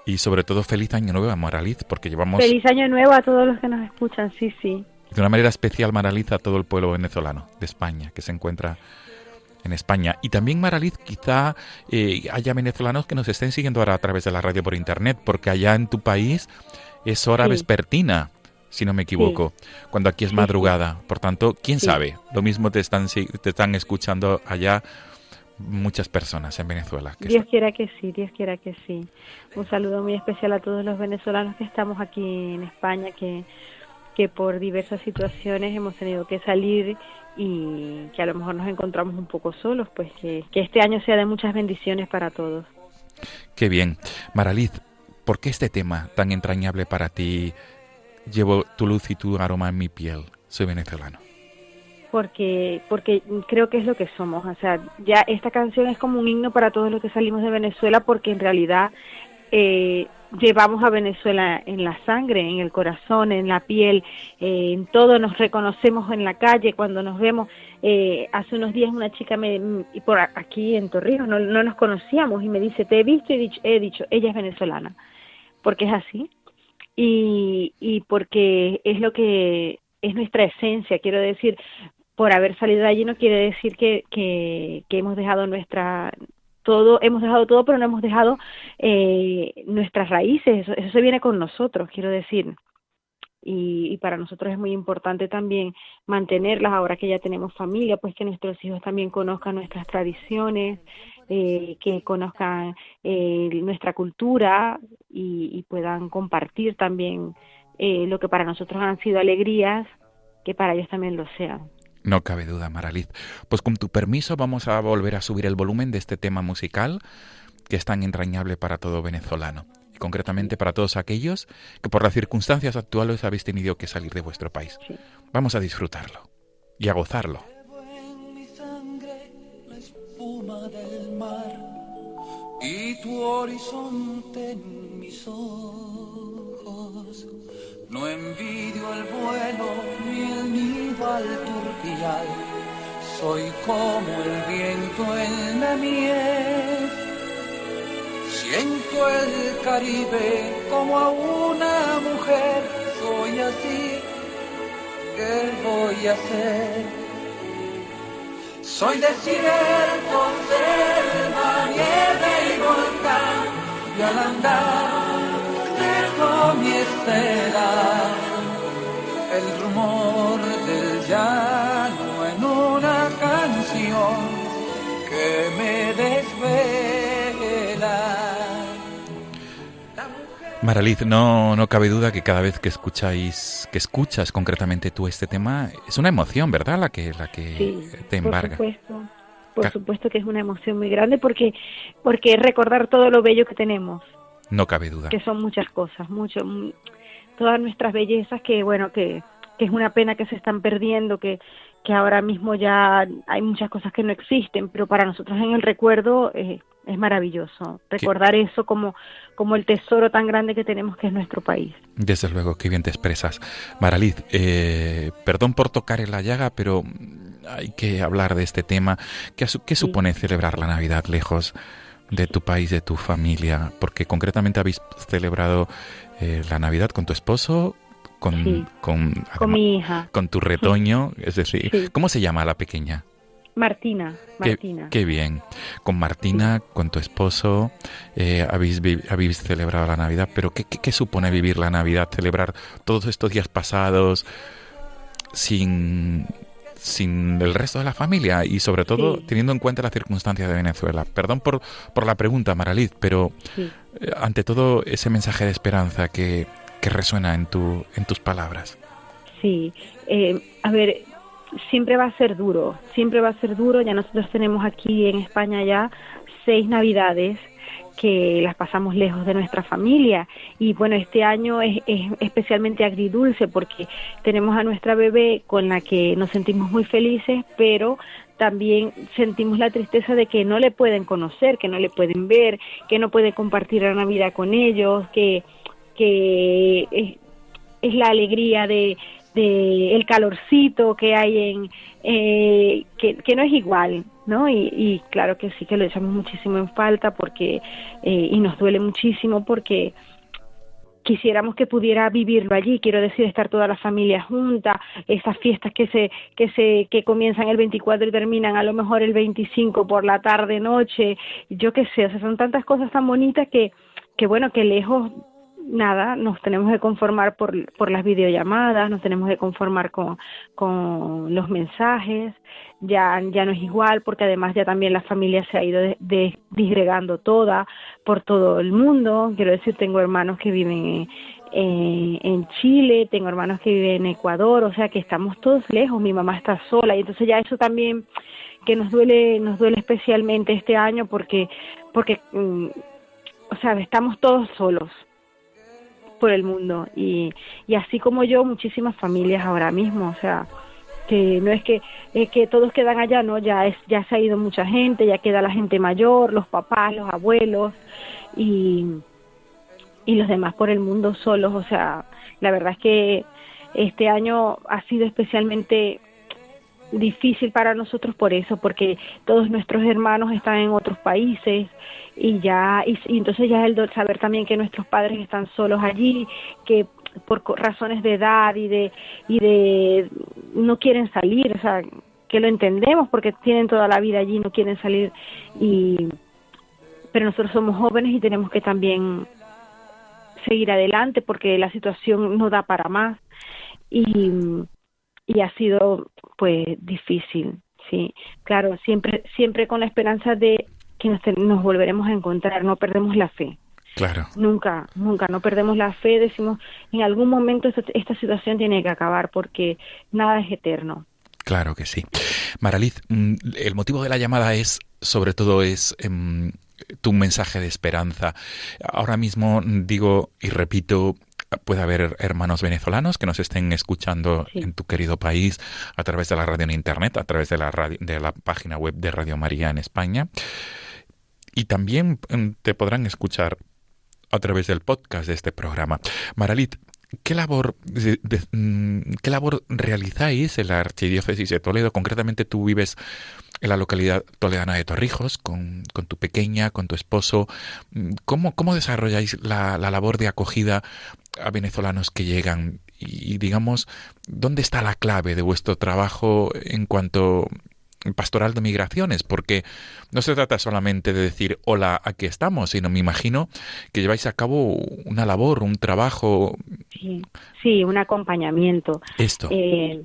Y sobre todo feliz año nuevo, Maraliz, porque llevamos... Feliz año nuevo a todos los que nos escuchan, sí, sí. De una manera especial, Maraliz, a todo el pueblo venezolano de España, que se encuentra en España. Y también, Maraliz, quizá eh, haya venezolanos que nos estén siguiendo ahora a través de la radio por internet, porque allá en tu país es hora Sí. vespertina, si no me equivoco, sí. cuando aquí es Sí, madrugada. Por tanto, quién Sí. sabe, lo mismo te están, te están escuchando allá muchas personas en Venezuela. Que Dios está... quiera que sí, Dios quiera que sí. Un saludo muy especial a todos los venezolanos que estamos aquí en España, que, que por diversas situaciones hemos tenido que salir y que a lo mejor nos encontramos un poco solos, pues que, que este año sea de muchas bendiciones para todos. Qué bien. Maraliz, ¿por qué este tema tan entrañable para ti? Llevo tu luz y tu aroma en mi piel. Soy venezolano. Porque porque creo que es lo que somos. O sea, ya esta canción es como un himno para todos los que salimos de Venezuela, porque en realidad eh, llevamos a Venezuela en la sangre, en el corazón, en la piel, eh, en todo. Nos reconocemos en la calle cuando nos vemos. Eh, hace unos días una chica me, y por aquí en Torrijos no, no nos conocíamos y me dice, te he visto y he dicho, he dicho, ella es venezolana, porque es así y, y porque es lo que es nuestra esencia. Quiero decir, por haber salido de allí no quiere decir que, que, que hemos dejado nuestra todo, hemos dejado todo, pero no hemos dejado eh, nuestras raíces. Eso, eso se viene con nosotros, quiero decir. Y, y para nosotros es muy importante también mantenerlas ahora que ya tenemos familia, pues que nuestros hijos también conozcan nuestras tradiciones, eh, que conozcan eh, nuestra cultura y, y puedan compartir también eh, lo que para nosotros han sido alegrías, que para ellos también lo sean. No cabe duda, Maraliz. Pues con tu permiso vamos a volver a subir el volumen de este tema musical que es tan entrañable para todo venezolano. Y concretamente para todos aquellos que por las circunstancias actuales habéis tenido que salir de vuestro país. Sí. Vamos a disfrutarlo y a gozarlo. Llevo en mi sangre la espuma del mar y tu horizonte en mis ojos. No envidio el vuelo ni el nido al turpial, soy como el viento en la miel. Siento el Caribe como a una mujer, soy así, ¿qué voy a hacer? Soy desierto, selva, nieve y volcán, y al andar dejo mi estela, el rumor del llano en una canción que me desvela. Maraliz, no, no cabe duda que cada vez que escucháis, que escuchas concretamente tú este tema, es una emoción, ¿verdad? La que, la que Sí, te embarga. Por supuesto, por supuesto que es una emoción muy grande porque, porque recordar todo lo bello que tenemos. No cabe duda. Que son muchas cosas, mucho, todas nuestras bellezas que, bueno, que, que es una pena que se están perdiendo, que, que ahora mismo ya hay muchas cosas que no existen, pero para nosotros en el recuerdo eh, es maravilloso recordar ¿Qué? Eso como, como el tesoro tan grande que tenemos que es nuestro país. Desde luego, qué bien te expresas. Maraliz, eh, perdón por tocar en la llaga, pero hay que hablar de este tema. ¿Qué, qué supone sí. celebrar la Navidad lejos de tu país, de tu familia? Porque concretamente habéis celebrado eh, la Navidad con tu esposo, con, sí. con, además, con mi hija, con tu retoño, es decir, sí. ¿cómo se llama la pequeña? Martina, Martina. Qué, qué bien. Con Martina, sí. con tu esposo, eh, habéis, habéis celebrado la Navidad, pero ¿qué, qué, ¿qué supone vivir la Navidad? Celebrar todos estos días pasados sin, sin el resto de la familia y sobre todo sí. teniendo en cuenta las circunstancias de Venezuela. Perdón por, por la pregunta, Maraliz, pero sí. eh, ante todo ese mensaje de esperanza que, que resuena en, tu, en tus palabras. Sí, eh, a ver... siempre va a ser duro, siempre va a ser duro. Ya nosotros tenemos aquí en España ya seis Navidades que las pasamos lejos de nuestra familia y bueno, este año es, es especialmente agridulce porque tenemos a nuestra bebé con la que nos sentimos muy felices, pero también sentimos la tristeza de que no le pueden conocer, que no le pueden ver, que no pueden compartir la Navidad con ellos, que, que es, es la alegría de de el calorcito que hay en eh, que, que no es igual ¿no? Y, y claro que sí que lo echamos muchísimo en falta porque eh, y nos duele muchísimo porque quisiéramos que pudiera vivirlo allí, quiero decir, estar toda la familia junta, esas fiestas que se que se que comienzan el veinticuatro y terminan a lo mejor el veinticinco por la tarde noche, yo qué sé, o sea, son tantas cosas tan bonitas que que bueno, que lejos nada, nos tenemos que conformar por, por las videollamadas, nos tenemos que conformar con, con los mensajes, ya, ya no es igual porque además ya también la familia se ha ido de, de, disgregando toda por todo el mundo. Quiero decir, tengo hermanos que viven en, en, en Chile, tengo hermanos que viven en Ecuador, o sea que estamos todos lejos, mi mamá está sola y entonces ya eso también que nos duele, nos duele especialmente este año porque, porque mm, o sea, estamos todos solos por el mundo y, y así como yo, muchísimas familias ahora mismo, o sea, que no es que es que todos quedan allá, no, ya es ya se ha ido mucha gente, ya queda la gente mayor, los papás, los abuelos y, y los demás por el mundo solos, o sea, la verdad es que este año ha sido especialmente difícil para nosotros por eso, porque todos nuestros hermanos están en otros países y ya y, y entonces ya el saber también que nuestros padres están solos allí, que por razones de edad y de y de no quieren salir, o sea, que lo entendemos porque tienen toda la vida allí, no quieren salir y pero nosotros somos jóvenes y tenemos que también seguir adelante porque la situación no da para más y y ha sido pues difícil, sí, claro, siempre siempre con la esperanza de que nos, nos volveremos a encontrar, no perdemos la fe. Claro. Nunca, nunca, no perdemos la fe, decimos, en algún momento esta, esta situación tiene que acabar porque nada es eterno. Claro que sí. Maraliz, el motivo de la llamada es, sobre todo, es um, tu mensaje de esperanza. Ahora mismo digo y repito, puede haber hermanos venezolanos que nos estén escuchando sí. en tu querido país a través de la radio en internet, a través de la radio, de la página web de Radio María en España. Y también te podrán escuchar a través del podcast de este programa. Maraliz, ¿qué labor, de, de, ¿qué labor realizáis en la Archidiócesis de Toledo? Concretamente tú vives en la localidad toledana de Torrijos con, con tu pequeña, con tu esposo. ¿Cómo, cómo desarrolláis la, la labor de acogida a venezolanos que llegan? Y, digamos, ¿dónde está la clave de vuestro trabajo en cuanto pastoral de migraciones? Porque no se trata solamente de decir hola, aquí estamos, sino me imagino que lleváis a cabo una labor, un trabajo. Sí, sí, un acompañamiento. Esto. Eh,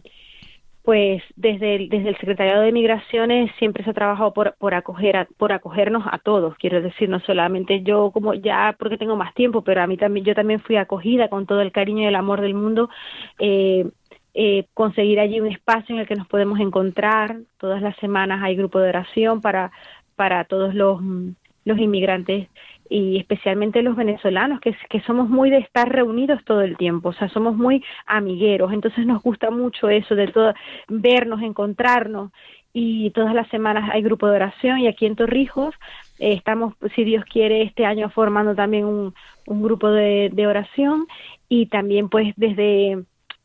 pues desde el, desde el Secretariado de Migraciones siempre se ha trabajado por, por acoger a, por acogernos a todos, quiero decir, no solamente yo como ya porque tengo más tiempo, pero a mí también, yo también fui acogida con todo el cariño y el amor del mundo. Eh, Eh, conseguir allí un espacio en el que nos podemos encontrar. Todas las semanas hay grupo de oración para para todos los, los inmigrantes y especialmente los venezolanos, que, que somos muy de estar reunidos todo el tiempo, o sea, somos muy amigueros, entonces nos gusta mucho eso de todo, vernos, encontrarnos, y todas las semanas hay grupo de oración, y aquí en Torrijos eh, estamos, si Dios quiere, este año formando también un, un grupo de, de oración, y también pues desde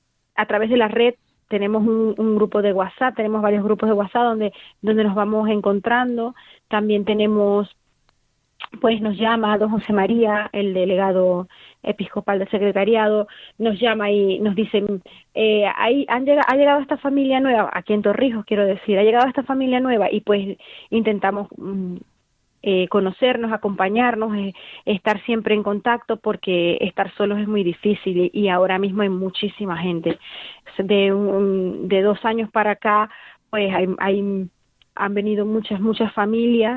a través de la red tenemos un, un grupo de WhatsApp, tenemos varios grupos de WhatsApp donde donde nos vamos encontrando. También tenemos, pues nos llama don José María, el delegado episcopal del secretariado, nos llama y nos dice, eh, ahí han llegado, ha llegado esta familia nueva, aquí en Torrijos quiero decir, ha llegado esta familia nueva, y pues intentamos mm, Eh, conocernos, acompañarnos, eh, estar siempre en contacto, porque estar solos es muy difícil, y, y ahora mismo hay muchísima gente. De, un, de dos años para acá, pues hay, hay, han venido muchas, muchas familias,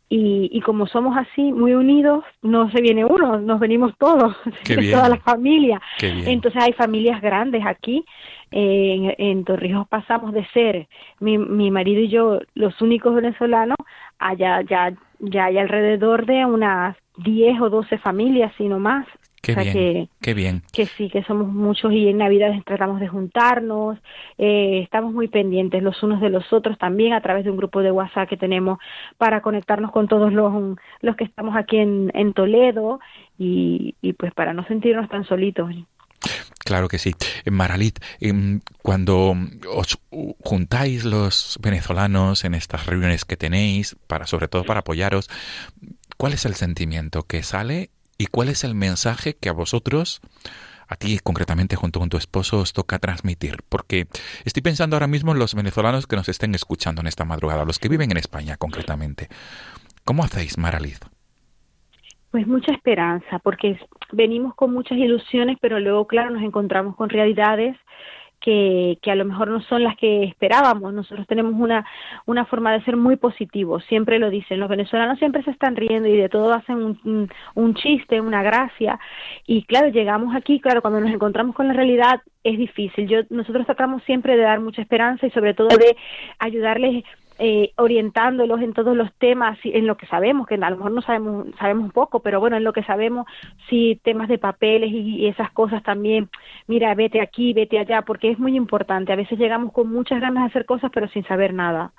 y, y como somos así, muy unidos, no se viene uno, nos venimos todos, toda la familia. Entonces hay familias grandes aquí. Eh, en, en Torrijos pasamos de ser mi, mi marido y yo los únicos venezolanos, allá ya ya hay alrededor de unas diez o doce familias, si no más. Qué o sea bien, que, qué bien. Que sí, que somos muchos, y en Navidad tratamos de juntarnos, eh, estamos muy pendientes los unos de los otros también a través de un grupo de WhatsApp que tenemos para conectarnos con todos los, los que estamos aquí en, en Toledo, y, y pues para no sentirnos tan solitos. Claro que sí. Maralit, cuando os juntáis los venezolanos en estas reuniones que tenéis, para sobre todo para apoyaros, ¿cuál es el sentimiento que sale y cuál es el mensaje que a vosotros, a ti concretamente junto con tu esposo, os toca transmitir? Porque estoy pensando ahora mismo en los venezolanos que nos estén escuchando en esta madrugada, los que viven en España concretamente. ¿Cómo hacéis, Maralit? Pues mucha esperanza, porque venimos con muchas ilusiones, pero luego, claro, nos encontramos con realidades que, que a lo mejor no son las que esperábamos. Nosotros tenemos una, una forma de ser muy positivo, siempre lo dicen. Los venezolanos siempre se están riendo y de todo hacen un, un, un chiste, una gracia. Y claro, llegamos aquí, claro, cuando nos encontramos con la realidad es difícil. Yo Nosotros tratamos siempre de dar mucha esperanza y sobre todo de ayudarles Eh, orientándolos en todos los temas, en lo que sabemos, que a lo mejor no sabemos, sabemos un poco, pero bueno, en lo que sabemos, sí, temas de papeles y, y esas cosas también, mira, vete aquí, vete allá, porque es muy importante. A veces llegamos con muchas ganas de hacer cosas, pero sin saber nada.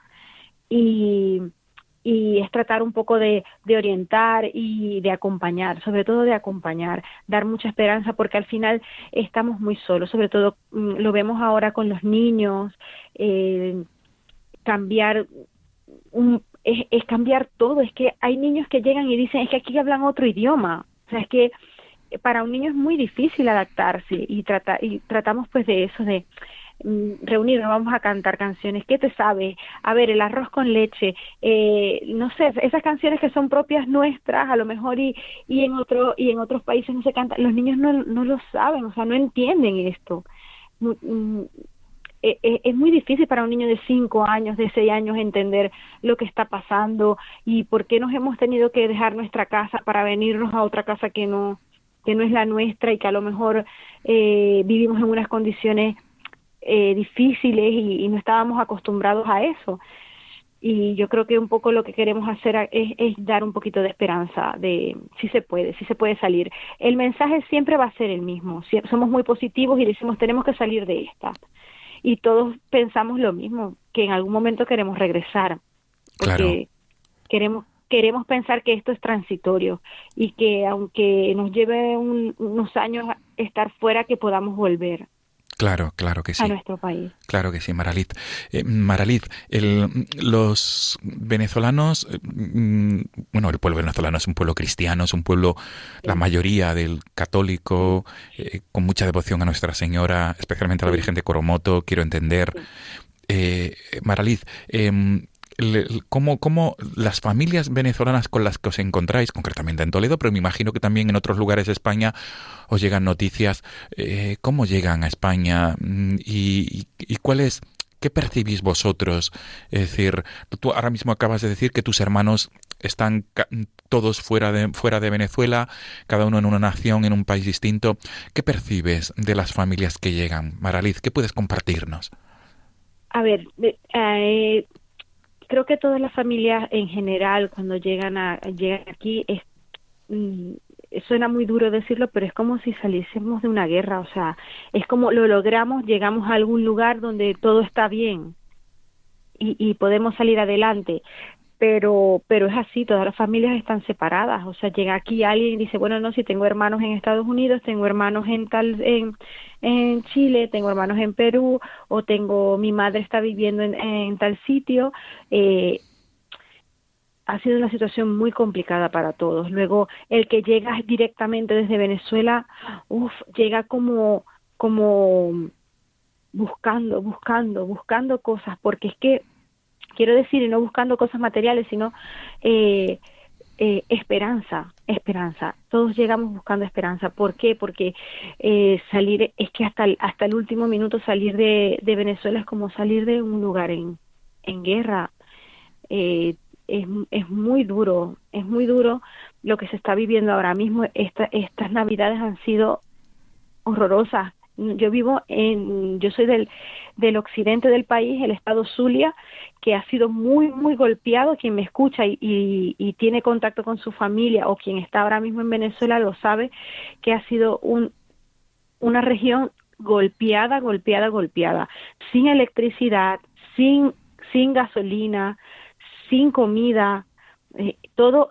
Y, y es tratar un poco de, de orientar y de acompañar, sobre todo de acompañar, dar mucha esperanza, porque al final estamos muy solos, sobre todo lo vemos ahora con los niños, eh, cambiar un, es, es cambiar todo. Es que hay niños que llegan y dicen, es que aquí hablan otro idioma. O sea, es que para un niño es muy difícil adaptarse y trata, y tratamos pues de eso, de mm, reunirnos, vamos a cantar canciones. ¿Qué te sabes? A ver, el arroz con leche, eh, no sé, esas canciones que son propias nuestras, a lo mejor y, y en otro y en otros países no se cantan. Los niños no, no lo saben, o sea, no entienden esto. Mm, es muy difícil para un niño de cinco años, de seis años, entender lo que está pasando y por qué nos hemos tenido que dejar nuestra casa para venirnos a otra casa que no que no es la nuestra y que a lo mejor eh, vivimos en unas condiciones eh, difíciles y, y no estábamos acostumbrados a eso. Y yo creo que un poco lo que queremos hacer es, es dar un poquito de esperanza de si se puede, si se puede salir. El mensaje siempre va a ser el mismo. Si, somos muy positivos y decimos tenemos que salir de esta. Y todos pensamos lo mismo, que en algún momento queremos regresar, porque claro. queremos queremos pensar que esto es transitorio y que aunque nos lleve un, unos años estar fuera, que podamos volver. Claro, claro que sí. A nuestro país. Claro que sí, Maralit. Eh, Maralit, el, los venezolanos, eh, bueno, el pueblo venezolano es un pueblo cristiano, es un pueblo, sí. La mayoría del católico, eh, con mucha devoción a Nuestra Señora, especialmente a la Virgen de Coromoto, quiero entender. Sí. Eh, Maralit, eh, ¿Cómo, ¿Cómo las familias venezolanas con las que os encontráis, concretamente en Toledo, pero me imagino que también en otros lugares de España os llegan noticias, eh, cómo llegan a España y, y, y cuál es, qué percibís vosotros? Es decir, tú ahora mismo acabas de decir que tus hermanos están todos fuera de, fuera de Venezuela, cada uno en una nación, en un país distinto. ¿Qué percibes de las familias que llegan? Maralit, ¿qué puedes compartirnos? A ver, eh... creo que todas las familias en general cuando llegan a llegan aquí es, mm, suena muy duro decirlo, pero es como si saliésemos de una guerra. O sea, es como lo logramos, llegamos a algún lugar donde todo está bien y, y podemos salir adelante. Pero pero es así, todas las familias están separadas. O sea, llega aquí alguien y dice, bueno, no, si tengo hermanos en Estados Unidos, tengo hermanos en tal en, en Chile, tengo hermanos en Perú, o tengo, mi madre está viviendo en, en tal sitio. Eh, ha sido una situación muy complicada para todos. Luego, el que llega directamente desde Venezuela, uf, llega como como buscando, buscando, buscando cosas, porque es que quiero decir, y no buscando cosas materiales, sino eh, eh, esperanza, esperanza. Todos llegamos buscando esperanza. ¿Por qué? Porque eh, salir, es que hasta el, hasta el último minuto salir de, de Venezuela es como salir de un lugar en, en guerra. Eh, es, es muy duro, es muy duro lo que se está viviendo ahora mismo. Esta, estas Navidades han sido horrorosas. Yo vivo en, yo soy del, del occidente del país, el estado Zulia, que ha sido muy, muy golpeado. Quien me escucha y, y, y tiene contacto con su familia o quien está ahora mismo en Venezuela lo sabe, que ha sido un, una región golpeada, golpeada, golpeada, sin electricidad, sin, sin gasolina, sin comida, eh, todo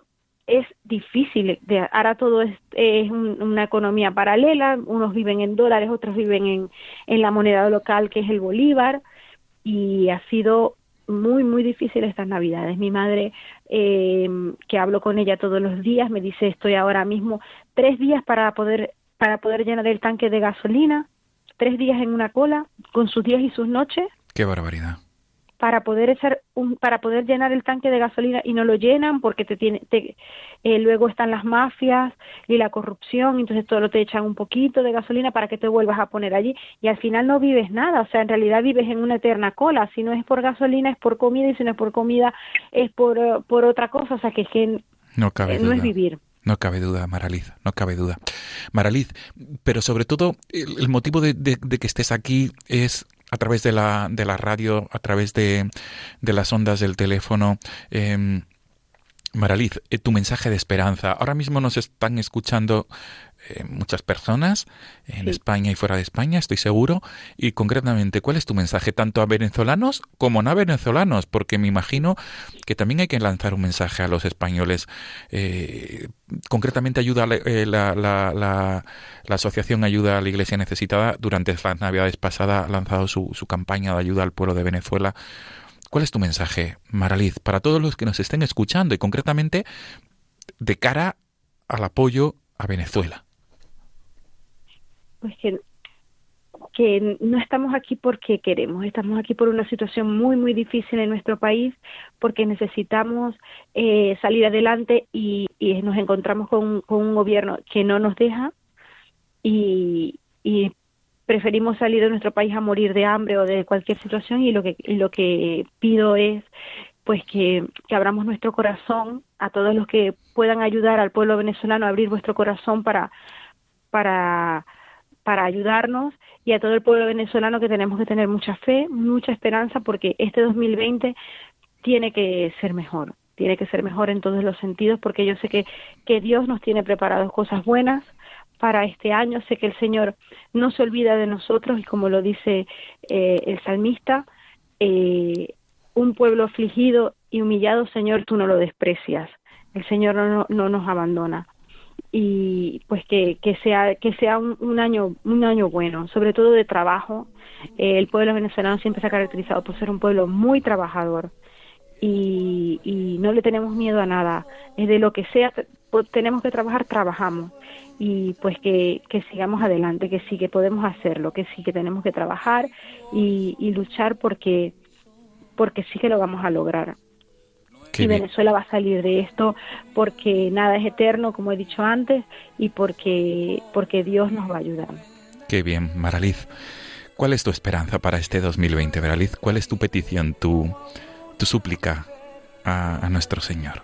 es difícil. De, ahora todo es, es un, una economía paralela, unos viven en dólares, otros viven en, en la moneda local que es el bolívar, y ha sido muy, muy difícil estas Navidades. Mi madre, eh, que hablo con ella todos los días, me dice, estoy ahora mismo tres días para poder, para poder llenar el tanque de gasolina, tres días en una cola, con sus días y sus noches. ¡Qué barbaridad! Para poder echar un, para poder llenar el tanque de gasolina y no lo llenan porque te tiene, te, eh, luego están las mafias y la corrupción, entonces solo te echan un poquito de gasolina para que te vuelvas a poner allí y al final no vives nada, o sea, en realidad vives en una eterna cola, si no es por gasolina es por comida y si no es por comida es por, uh, por otra cosa, o sea, que es que no, cabe eh, duda. no es vivir. No cabe duda, Maraliz, no cabe duda. Maraliz, pero sobre todo el, el motivo de, de, de que estés aquí es a través de la, de la radio, a través de, de las ondas del teléfono. Eh, Maraliz, eh, tu mensaje de esperanza. Ahora mismo nos están escuchando eh, muchas personas en sí. España y fuera de España, estoy seguro. Y concretamente, ¿cuál es tu mensaje tanto a venezolanos como no a venezolanos? Porque me imagino que también hay que lanzar un mensaje a los españoles. Eh, concretamente, ayuda eh, la, la, la, la Asociación Ayuda a la Iglesia Necesitada durante las Navidades pasadas ha lanzado su, su campaña de ayuda al pueblo de Venezuela. ¿Cuál es tu mensaje, Maraliz, para todos los que nos estén escuchando y concretamente de cara al apoyo a Venezuela? Pues que, que no estamos aquí porque queremos, estamos aquí por una situación muy, muy difícil en nuestro país, porque necesitamos eh, salir adelante y, y nos encontramos con, con un gobierno que no nos deja y, y preferimos salir de nuestro país a morir de hambre o de cualquier situación y lo que lo que pido es pues que, que abramos nuestro corazón a todos los que puedan ayudar al pueblo venezolano a abrir vuestro corazón para para para ayudarnos y a todo el pueblo venezolano que tenemos que tener mucha fe, mucha esperanza porque este dos mil veinte tiene que ser mejor, tiene que ser mejor en todos los sentidos porque yo sé que, que Dios nos tiene preparados cosas buenas para este año. Sé que el Señor no se olvida de nosotros y como lo dice eh, el salmista, eh, un pueblo afligido y humillado, Señor, tú no lo desprecias. El Señor no, no, no nos abandona. Y pues que, que sea que sea un, un año un año bueno, sobre todo de trabajo. Eh, el pueblo venezolano siempre se ha caracterizado por ser un pueblo muy trabajador y, y no le tenemos miedo a nada. Es de lo que sea, tenemos que trabajar, trabajamos. Y pues que, que sigamos adelante, que sí que podemos hacerlo, que sí que tenemos que trabajar y, y luchar porque porque sí que lo vamos a lograr. Qué y bien. Venezuela va a salir de esto porque nada es eterno, como he dicho antes, y porque porque Dios nos va a ayudar. Qué bien, Maraliz. ¿Cuál es tu esperanza para este dos mil veinte, Maraliz? ¿Cuál es tu petición, tu, tu súplica a, a nuestro Señor?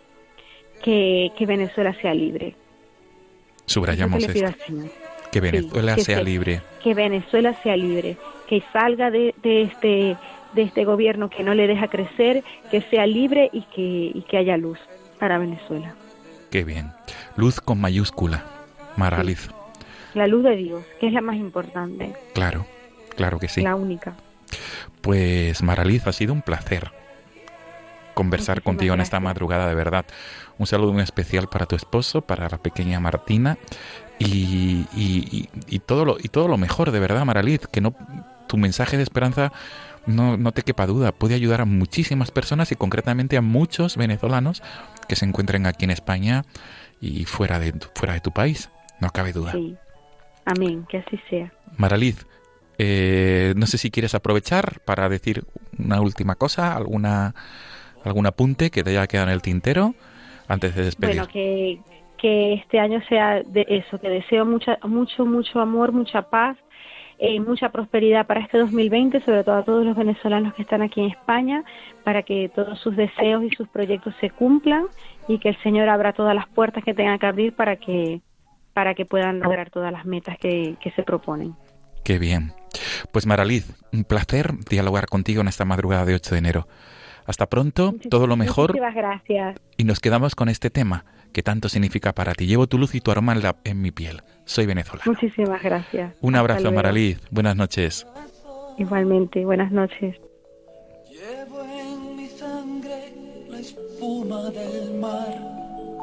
Que, que Venezuela sea libre. Subrayamos que esto. Que Venezuela sí, que sea se, libre. Que Venezuela sea libre, que salga de, de este de este gobierno que no le deja crecer, que sea libre y que y que haya luz para Venezuela. Qué bien. Luz con mayúscula, Maraliz. Sí. La luz de Dios, que es la más importante. Claro, claro que sí. La única. Pues Maraliz, ha sido un placer conversar Muchísimas contigo gracias. En esta madrugada, de verdad. Un saludo muy especial para tu esposo, para la pequeña Martina y, y, y, y todo lo y todo lo mejor, de verdad, Maraliz, que no tu mensaje de esperanza no, no te quepa duda, puede ayudar a muchísimas personas y concretamente a muchos venezolanos que se encuentren aquí en España y fuera de fuera de tu país, no cabe duda. Sí. Amén, que así sea. Maraliz, eh, no sé si quieres aprovechar para decir una última cosa, alguna algún apunte que te haya quedado en el tintero antes de despedir. Bueno, que, que este año sea de eso, que deseo mucha, mucho, mucho amor, mucha paz, eh, mucha prosperidad para este dos mil veinte, sobre todo a todos los venezolanos que están aquí en España, para que todos sus deseos y sus proyectos se cumplan y que el Señor abra todas las puertas que tengan que abrir para que para que puedan lograr todas las metas que, que se proponen. Qué bien. Pues Maraliz, un placer dialogar contigo en esta madrugada de ocho de enero. Hasta pronto, Muchis- todo lo mejor. Muchísimas gracias. Y nos quedamos con este tema que tanto significa para ti. Llevo tu luz y tu aroma en, la, en mi piel. Soy venezolano. Muchísimas gracias. Un Hasta abrazo, luego. Maraliz. Buenas noches. Igualmente, buenas noches. Llevo en mi sangre la espuma del mar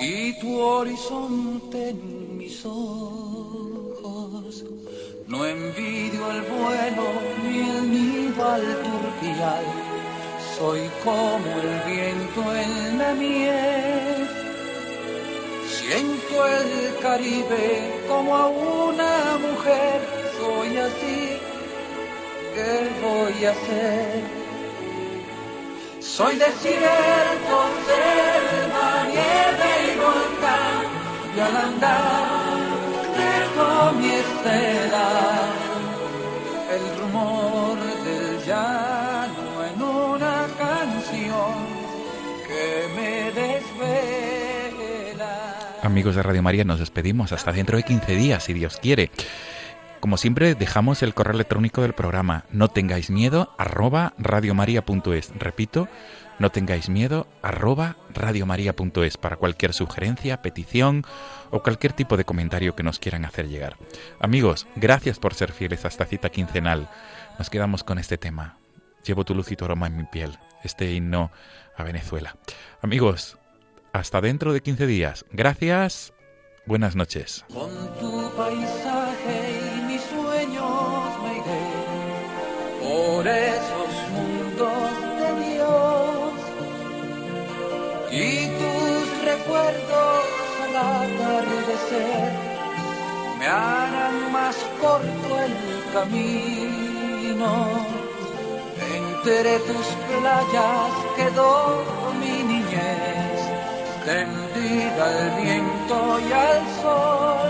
y tu horizonte en mis ojos. No envidio el vuelo ni el nido al turpial, soy como el viento en la miel. Siento el Caribe como a una mujer, soy así, ¿qué voy a hacer? Soy desierto, selva, nieve y volcán, y al andar dejo mi estela, el rumor del llano en una canción que me desvela. Amigos de Radio María, nos despedimos hasta dentro de quince días, si Dios quiere. Como siempre, dejamos el correo electrónico del programa, no tengáis miedo, arroba radiomaria.es. Repito, no tengáis miedo, arroba radiomaria.es, para cualquier sugerencia, petición o cualquier tipo de comentario que nos quieran hacer llegar. Amigos, gracias por ser fieles a esta cita quincenal. Nos quedamos con este tema. Llevo tu luz y tu aroma en mi piel, este himno a Venezuela. Amigos, hasta dentro de quince días. Gracias, buenas noches. Con tu paisaje y mis sueños me iré por esos mundos de Dios, y tus recuerdos al atardecer me harán más corto el camino. Entre tus playas quedó mi niñez, tendida al viento y al sol,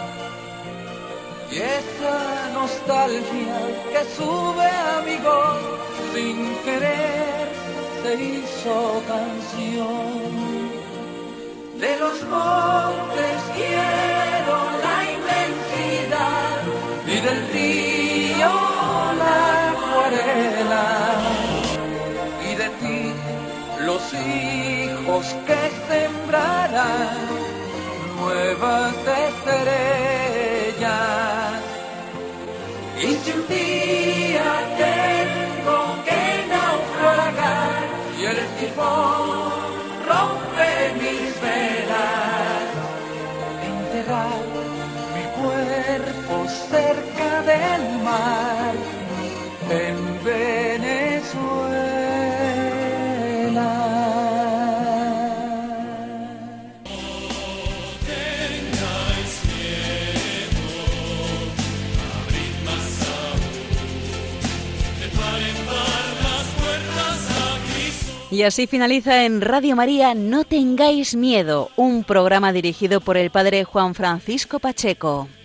y esa nostalgia que sube a mi voz sin querer se hizo canción. De los montes quiero la inmensidad y del río la acuarela, y de ti los hijos que sembrarán nuevas estrellas. Y si un día tengo que naufragar y el tifón rompe mis velas, enterrar mi cuerpo cerca del mar en Venezuela. Y así finaliza en Radio María No tengáis miedo, un programa dirigido por el padre Juan Francisco Pacheco.